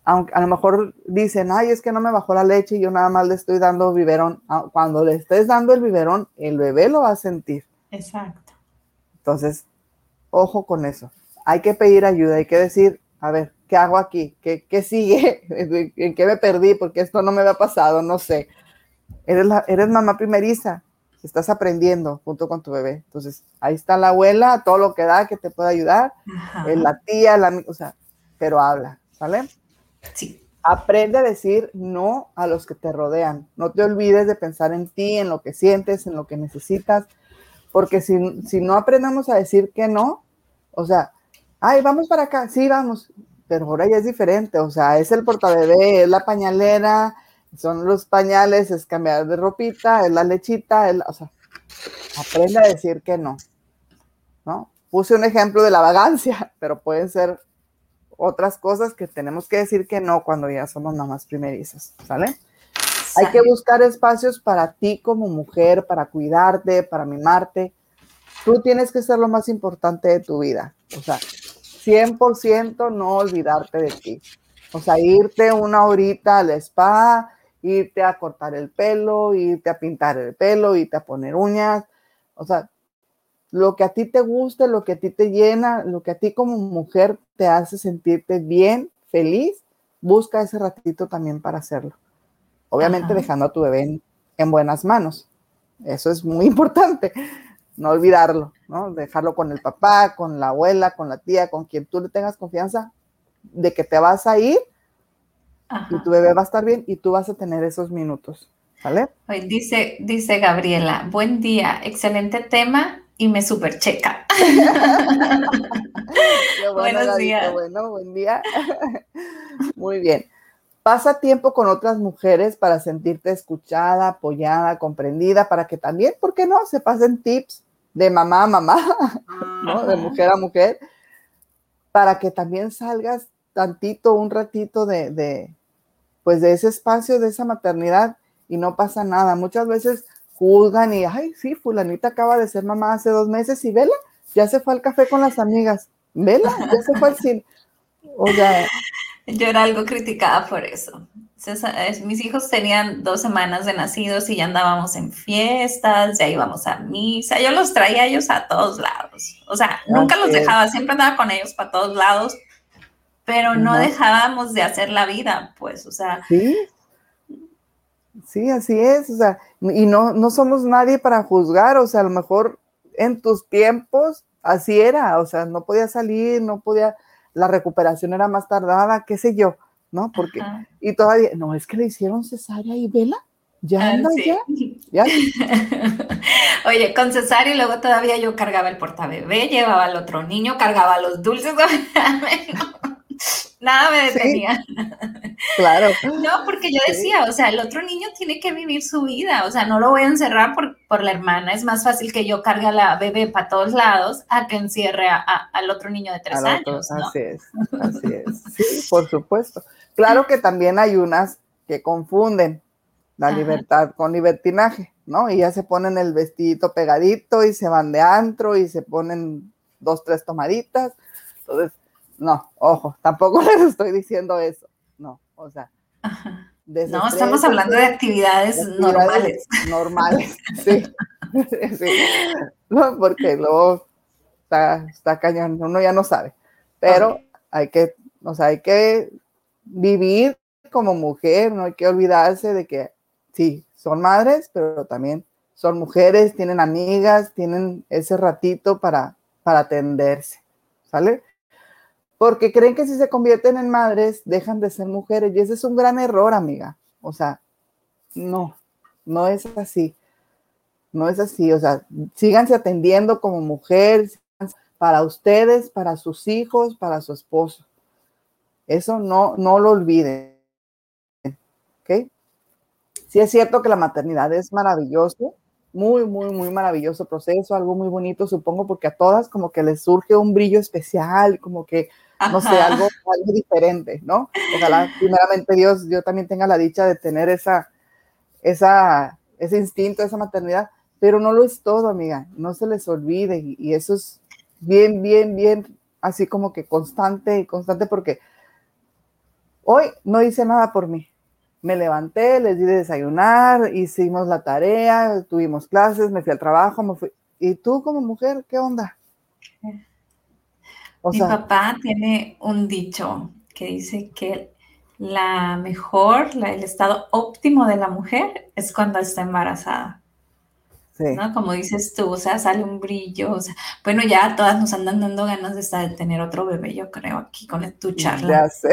aunque a lo mejor dicen, ay, es que no me bajó la leche y yo nada más le estoy dando biberón. Cuando le estés dando el biberón, el bebé lo va a sentir. Exacto. Entonces, ojo con eso. Hay que pedir ayuda, hay que decir, a ver, ¿qué hago aquí? ¿Qué, qué sigue? ¿En qué me perdí? Porque esto no me había pasado, no sé. Eres, la, eres mamá primeriza, estás aprendiendo junto con tu bebé. Entonces, ahí está la abuela, todo lo que da, que te puede ayudar. Eh, la tía, la, o sea, pero habla, ¿sale? Sí. Aprende a decir no a los que te rodean. No te olvides de pensar en ti, en lo que sientes, en lo que necesitas. Porque si, si no aprendemos a decir que no, o sea, ay, vamos para acá, sí, vamos, pero ahora ya es diferente, o sea, es el portabebé, es la pañalera, son los pañales, es cambiar de ropita, es la lechita, es la, o sea, aprende a decir que no, ¿no? Puse un ejemplo de la vagancia, pero pueden ser otras cosas que tenemos que decir que no cuando ya somos mamás primerizas, ¿sale? Hay que buscar espacios para ti como mujer, para cuidarte, para mimarte. Tú tienes que ser lo más importante de tu vida. O sea, cien por ciento no olvidarte de ti. O sea, irte una horita al spa, irte a cortar el pelo, irte a pintar el pelo, irte a poner uñas. O sea, lo que a ti te guste, lo que a ti te llena, lo que a ti como mujer te hace sentirte bien, feliz, busca ese ratito también para hacerlo. Obviamente, ajá, dejando a tu bebé en, en buenas manos. Eso es muy importante. No olvidarlo, ¿no? Dejarlo con el papá, con la abuela, con la tía, con quien tú le tengas confianza de que te vas a ir, ajá, y tu bebé va a estar bien y tú vas a tener esos minutos, ¿vale? Hoy dice, dice Gabriela, buen día, excelente tema y me super checa. Qué bueno, buenos Gaby, días. Qué bueno, buen día. Muy bien. Pasa tiempo con otras mujeres para sentirte escuchada, apoyada, comprendida, para que también, ¿por qué no? Se pasen tips de mamá a mamá, ¿no? De mujer a mujer, para que también salgas tantito, un ratito de, de, pues de ese espacio, de esa maternidad, y no pasa nada. Muchas veces juzgan y, ay, sí, fulanita acaba de ser mamá hace dos meses y vela, ya se fue al café con las amigas, vela, ya se fue al cine. O sea... Yo era algo criticada por eso. Mis hijos tenían dos semanas de nacidos y ya andábamos en fiestas, ya íbamos a misa. Yo los traía a ellos a todos lados. O sea, nunca los dejaba, siempre andaba con ellos para todos lados, pero no uh-huh. dejábamos de hacer la vida, pues, o sea. Sí, sí, así es. O sea, y no, no somos nadie para juzgar. O sea, a lo mejor en tus tiempos así era. O sea, no podía salir, no podía... La recuperación era más tardada, qué sé yo, ¿no? Porque, ajá, y todavía, no, es que le hicieron cesárea y vela, ya anda, ah, sí. ya, ya. Oye, con cesárea y luego todavía yo cargaba el portabebé, llevaba al otro niño, cargaba los dulces, nada me detenía. Sí, claro. No, porque yo decía, sí, o sea, el otro niño tiene que vivir su vida, o sea, no lo voy a encerrar por, por la hermana, es más fácil que yo cargue a la bebé para todos lados a que encierre a, a, al otro niño de tres otro, años, ¿no? Así es, así es, sí, por supuesto. Claro que también hay unas que confunden la, ajá, libertad con libertinaje, ¿no? Y ya se ponen el vestidito pegadito y se van de antro y se ponen dos, tres tomaditas, entonces, no, ojo, tampoco les estoy diciendo eso, no, o sea, no, estamos hablando de actividades, de actividades normales. Normales, sí. Sí. No, porque luego está, está cañón, uno ya no sabe. Pero okay, hay que, o sea, hay que vivir como mujer, no hay que olvidarse de que sí, son madres, pero también son mujeres, tienen amigas, tienen ese ratito para, para atenderse, ¿sale? Porque creen que si se convierten en madres, dejan de ser mujeres. Y ese es un gran error, amiga. O sea, no, no es así. No es así. O sea, síganse atendiendo como mujer, para ustedes, para sus hijos, para su esposo. Eso no, no lo olviden. ¿Ok? Sí es cierto que la maternidad es maravilloso. Muy, muy, muy maravilloso proceso. Algo muy bonito, supongo, porque a todas como que les surge un brillo especial, como que no sé, algo, algo diferente, ¿no? Ojalá, primeramente Dios, yo también tenga la dicha de tener esa, esa, ese instinto, esa maternidad, pero no lo es todo, amiga, no se les olvide, y, y eso es bien, bien, bien, así como que constante y constante, porque Hoy no hice nada por mí. Me levanté, les di de desayunar, hicimos la tarea, tuvimos clases, me fui al trabajo, me fui. ¿Y tú como mujer, qué onda? O Mi sea, papá tiene un dicho que dice que la mejor, la- el estado óptimo de la mujer es cuando está embarazada, sí. ¿no? Como dices tú, o sea, sale un brillo, o sea, bueno, ya a todas nos andan dando ganas de, estar- de tener otro bebé, yo creo, aquí con tu charla. Ya sé.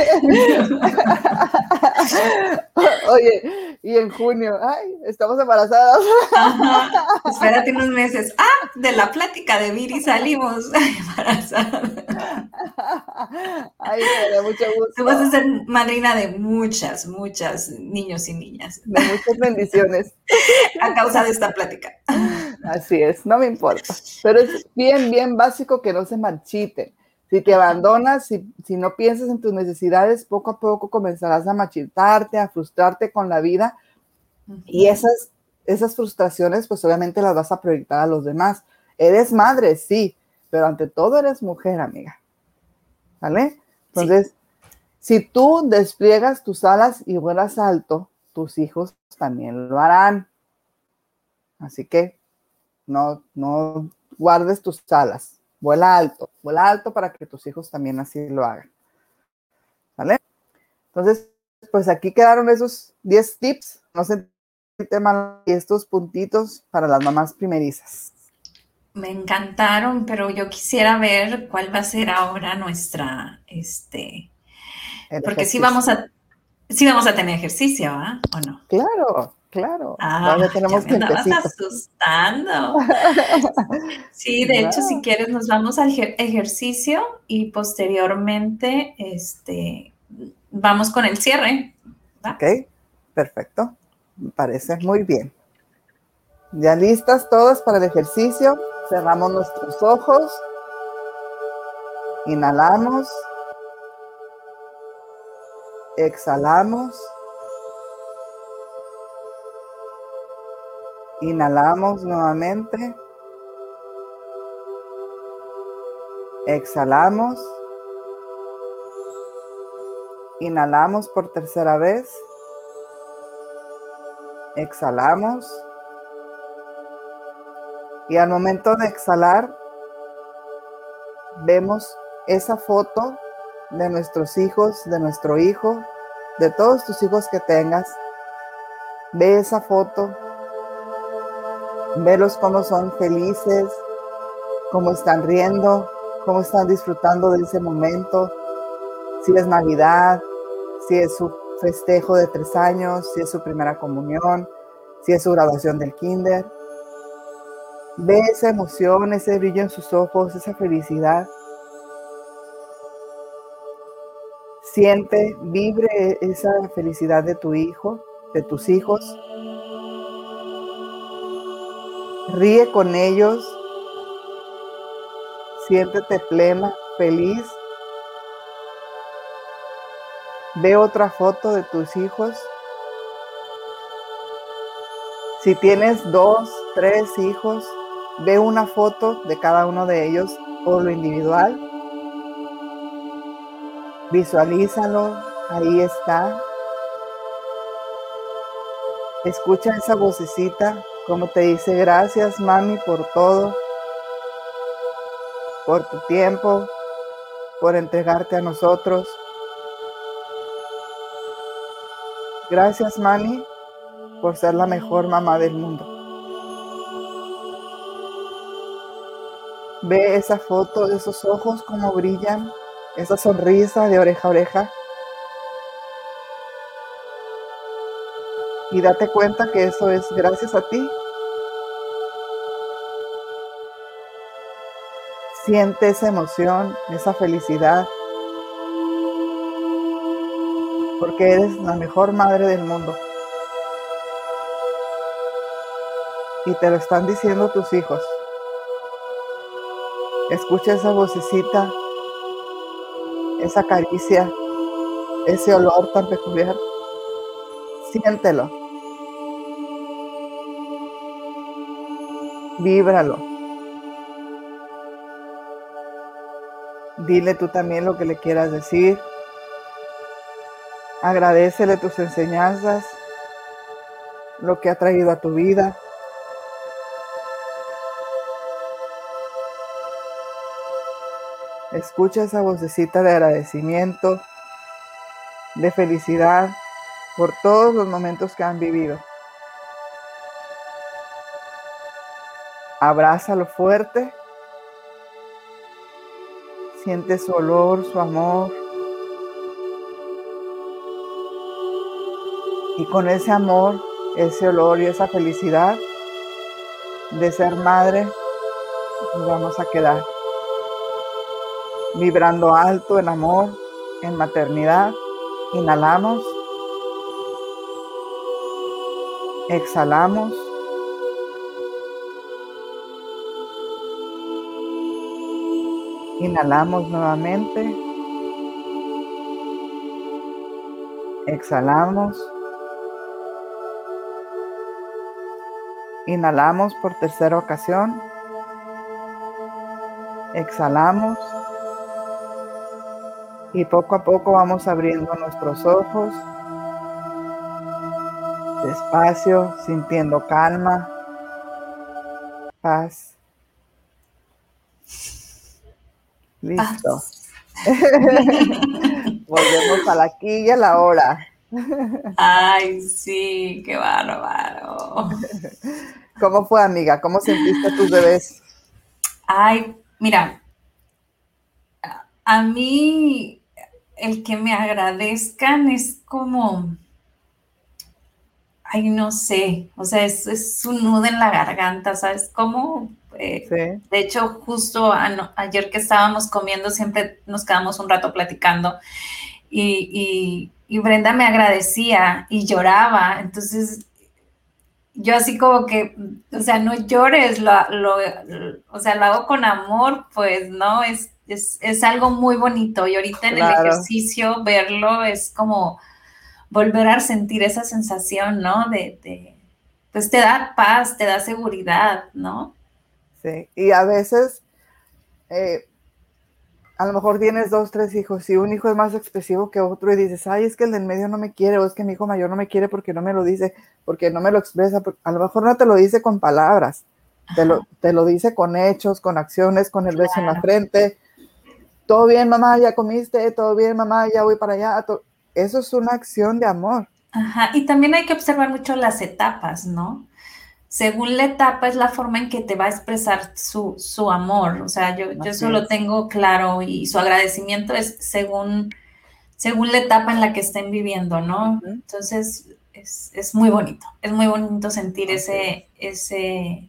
Oye, y en junio, ay, estamos embarazadas. Ajá, espérate unos meses. Ah, de la plática de Viri salimos embarazada. Ay, me da mucho Tú vas a gusto. ser madrina de muchas, muchas niños y niñas De muchas bendiciones. a causa de esta plática. Así es, no me importa. Pero es bien, bien básico que no se marchiten. Si te abandonas, si, si no piensas en tus necesidades, poco a poco comenzarás a marchitarte, a frustrarte con la vida. Y esas, esas frustraciones, pues obviamente las vas a proyectar a los demás. Eres madre, sí, pero ante todo eres mujer, amiga. ¿Vale? Sí, Entonces, si tú despliegas tus alas y vuelas alto, tus hijos también lo harán. Así que no, no guardes tus alas. Vuela alto, vuela alto para que tus hijos también así lo hagan. ¿Vale? Entonces, pues aquí quedaron esos diez tips. No se te mal y estos puntitos para las mamás primerizas. me encantaron, pero yo quisiera ver cuál va a ser ahora nuestra, este, El porque sí ejercicio. vamos a, sí vamos a tener ejercicio, ¿ah? ¿O no? Claro, claro. Ah, Todavía ya tenemos me andabas tiempecito. asustando. Sí, de hecho, si No. quieres, nos vamos al ejer- ejercicio y posteriormente, este, vamos con el cierre, ¿va? Ok, perfecto. Me parece muy bien. Ya listas todas para el ejercicio. Cerramos nuestros ojos. Inhalamos. Exhalamos. Inhalamos nuevamente. Exhalamos. Inhalamos por tercera vez. Exhalamos. Y al momento de exhalar, vemos esa foto de nuestros hijos, de nuestro hijo, de todos tus hijos que tengas. Ve esa foto. Velos cómo son felices, cómo están riendo, cómo están disfrutando de ese momento. Si es Navidad, si es su festejo de tres años, si es su primera comunión, si es su graduación del kinder. Ve esa emoción, ese brillo en sus ojos, esa felicidad. Siente, vibre esa felicidad de tu hijo, de tus hijos. Ríe con ellos. Siéntete plena, feliz. Ve otra foto de tus hijos. Si tienes dos, tres hijos, ve una foto de cada uno de ellos por lo individual. Visualízalo, ahí está. Escucha esa vocecita, como te dice, gracias mami por todo, por tu tiempo, por entregarte a nosotros. Gracias mami por ser la mejor mamá del mundo. Ve esa foto de esos ojos como brillan, esa sonrisa de oreja a oreja. Y date cuenta que eso es gracias a ti. Siente esa emoción, esa felicidad, porque eres la mejor madre del mundo. Y te lo están diciendo tus hijos. Escucha esa vocecita, esa caricia, ese olor tan peculiar. Siéntelo. Víbralo. Dile tú también lo que le quieras decir. Agradécele tus enseñanzas, lo que ha traído a tu vida. Escucha esa vocecita de agradecimiento, de felicidad por todos los momentos que han vivido. Abrázalo fuerte. Siente su olor, su amor. Y con ese amor, ese olor y esa felicidad de ser madre, nos vamos a quedar vibrando alto en amor, en maternidad. Inhalamos. Exhalamos. Inhalamos nuevamente. Exhalamos. Inhalamos por tercera ocasión. Exhalamos. Y poco a poco vamos abriendo nuestros ojos. Despacio, sintiendo calma, paz. Listo. Volvemos al aquí y a la hora. Ay, sí, qué bárbaro. ¿Cómo fue, amiga? ¿Cómo sentiste a tus bebés? Ay, mira, a mí el que me agradezcan es como, ay, no sé, o sea, es, es un nudo en la garganta, ¿sabes cómo? Eh, Sí. De hecho, justo a, no, ayer que estábamos comiendo, siempre nos quedamos un rato platicando y, y, y Brenda me agradecía y lloraba, entonces yo así como que, o sea, no llores, lo, lo, lo, o sea, lo hago con amor, pues, ¿no? Es, es, es algo muy bonito y ahorita en Claro. el ejercicio verlo es como volver a sentir esa sensación, ¿no? De, de, pues te da paz, te da seguridad, ¿no? Sí, y a veces, eh, a lo mejor tienes dos, tres hijos y un hijo es más expresivo que otro y dices, ay, es que el del medio no me quiere, o es que mi hijo mayor no me quiere porque no me lo dice, porque no me lo expresa, porque a lo mejor no te lo dice con palabras, te lo, te lo dice con hechos, con acciones, con el beso en la frente. Todo bien, mamá, ya comiste, todo bien, mamá, ya voy para allá. Eso es una acción de amor. Ajá, y también hay que observar mucho las etapas, ¿no? Según la etapa es la forma en que te va a expresar su, su amor. O sea, yo, yo eso lo tengo claro y su agradecimiento es según, según la etapa en la que estén viviendo, ¿no? Uh-huh. Entonces, es, es muy bonito. Es muy bonito sentir okay. ese, ese,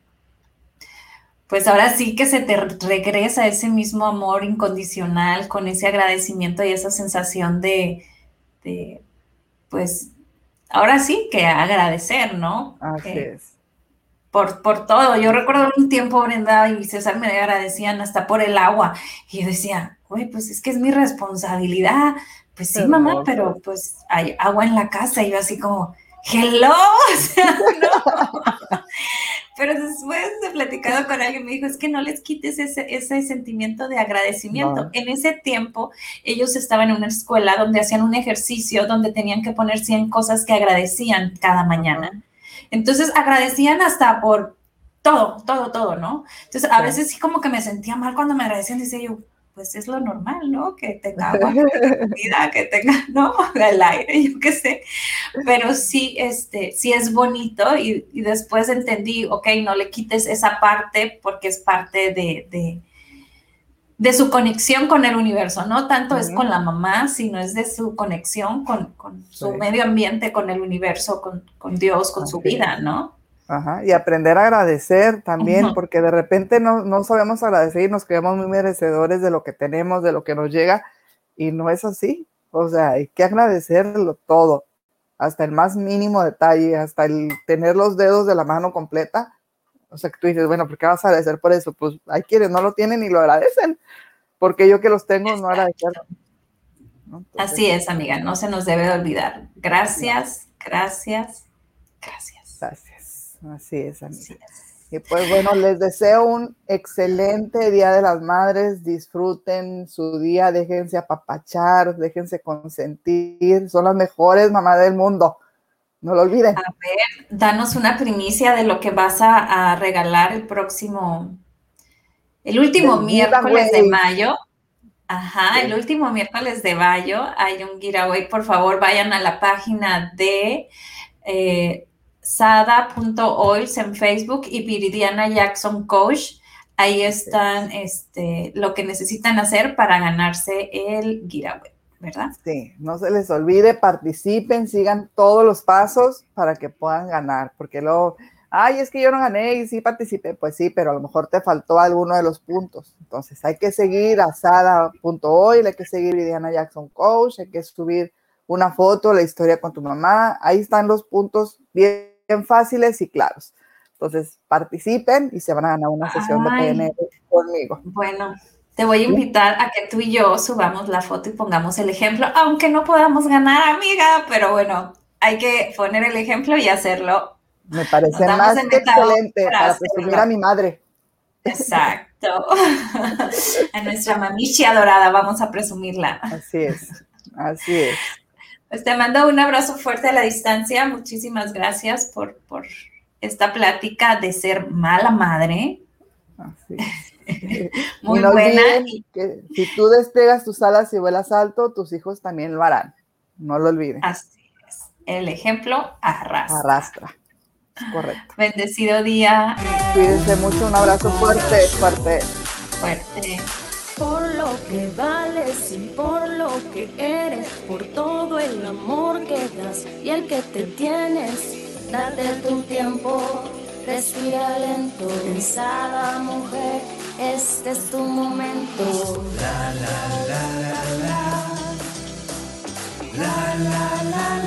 pues ahora sí que se te regresa ese mismo amor incondicional con ese agradecimiento y esa sensación de, de pues, ahora sí que agradecer, ¿no? Así eh, es. Por, por todo. Yo recuerdo un tiempo, Brenda y César me agradecían hasta por el agua. Y yo decía, güey, pues es que es mi responsabilidad. Pues sí, hermoso. Mamá, pero pues hay agua en la casa. Y yo así como, hello, o sea, no. Pero después de platicado con alguien me dijo, es que no les quites ese, ese sentimiento de agradecimiento. No. En ese tiempo, ellos estaban en una escuela donde hacían un ejercicio donde tenían que poner cien cosas que agradecían cada mañana. Uh-huh. Entonces agradecían hasta por todo, todo, todo, ¿no? Entonces a sí. veces sí como que me sentía mal cuando me agradecían, decía yo, pues es lo normal, ¿no? Que tenga agua, que tenga comida, que tenga, ¿no? El aire, yo qué sé. Pero sí, este, sí es bonito y, y después entendí, ok, no le quites esa parte porque es parte de, de, de su conexión con el universo, no tanto uh-huh. es con la mamá, sino es de su conexión con, con su sí. medio ambiente, con el universo, con, con Dios, con Así su vida, ¿no? Ajá, y aprender a agradecer también, uh-huh. porque de repente no, no sabemos agradecer y nos creemos muy merecedores de lo que tenemos, de lo que nos llega, y no es así. O sea, hay que agradecerlo todo, hasta el más mínimo detalle, hasta el tener los dedos de la mano completa. O sea, que tú dices, bueno, ¿por qué vas a agradecer por eso? Pues hay quienes no lo tienen y lo agradecen, porque yo que los tengo no agradecer. ¿No? Entonces, así es, amiga, no se nos debe de olvidar. Gracias, no. gracias, gracias. Gracias. Así es, amiga. Así es. Y pues bueno, les deseo un excelente Día de las Madres. Disfruten su día, déjense apapachar, déjense consentir. Son las mejores mamás del mundo. No lo olviden. A ver, danos una primicia de lo que vas a, a regalar el próximo, el último El miércoles de giveaway. mayo. Ajá, Sí. el último miércoles de mayo hay un giveaway. Por favor, vayan a la página de eh, sada punto oils en Facebook y Viridiana Jackson Coach. Ahí están este, lo que necesitan hacer para ganarse el giveaway, ¿verdad? Sí, no se les olvide, participen, sigan todos los pasos para que puedan ganar, porque luego, ay, es que yo no gané y sí participé, pues sí, pero a lo mejor te faltó alguno de los puntos. Entonces hay que seguir a sada punto oil, hay que seguir Viridiana Jackson Coach, hay que subir una foto, la historia con tu mamá, ahí están los puntos bien, bien fáciles y claros. Entonces participen y se van a ganar una sesión Ay, de P N L conmigo. bueno, te voy a invitar a que tú y yo subamos la foto y pongamos el ejemplo, aunque no podamos ganar, amiga, pero bueno, hay que poner el ejemplo y hacerlo. Me parece Nos más damos que de meta excelente para para presumir a hacerlo. mi madre. Exacto. A nuestra mamichi adorada, vamos a presumirla. Así es, así es. Pues te mando un abrazo fuerte a la distancia. Muchísimas gracias por, por esta plática de ser mala madre. Así es. Muy y no buena. olviden que si tú despegas tus alas y vuelas alto, tus hijos también lo harán. No lo olviden. Así es. El ejemplo arrastra. Arrastra. Es correcto. Bendecido día. Cuídense mucho. Un abrazo fuerte, fuerte. Fuerte. Por lo que vales y por lo que eres, por todo el amor que das y el que te tienes, date tu tiempo, respira lento, pensada mujer, este es tu momento. La la la la la, la la la la.